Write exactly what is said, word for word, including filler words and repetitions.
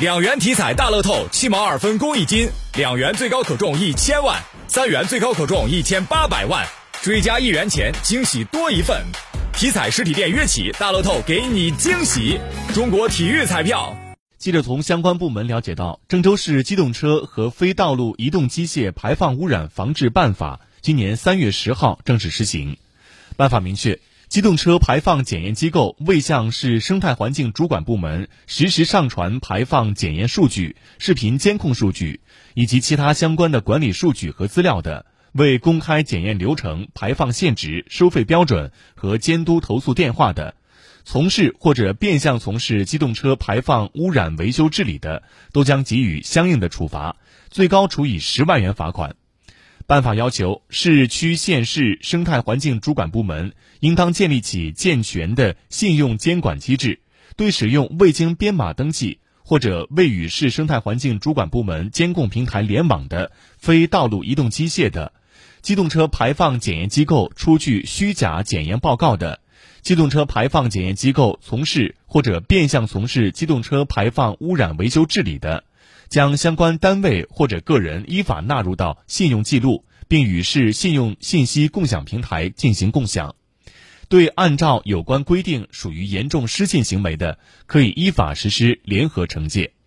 两元体彩大乐透，七毛二分公益金，两元最高可中一千万，三元最高可中一千八百万，追加一元钱，惊喜多一份。体彩实体店约起，大乐透给你惊喜。中国体育彩票。 记者从相关部门了解到，郑州市机动车和非道路移动机械排放污染防治办法今年三月十号正式施行。办法明确，机动车排放检验机构未向市生态环境主管部门实时上传排放检验数据、视频监控数据以及其他相关的管理数据和资料的，未公开检验流程、排放限值、收费标准和监督投诉电话的，从事或者变相从事机动车排放污染维修治理的，都将给予相应的处罚，最高处以十万元罚款。办法要求，市区县市生态环境主管部门应当建立起健全的信用监管机制，对使用未经编码登记或者未与市生态环境主管部门监控平台联网的非道路移动机械的、机动车排放检验机构出具虚假检验报告的、机动车排放检验机构从事或者变相从事机动车排放污染维修治理的，将相关单位或者个人依法纳入到信用记录，并与市信用信息共享平台进行共享。对按照有关规定属于严重失信行为的，可以依法实施联合惩戒。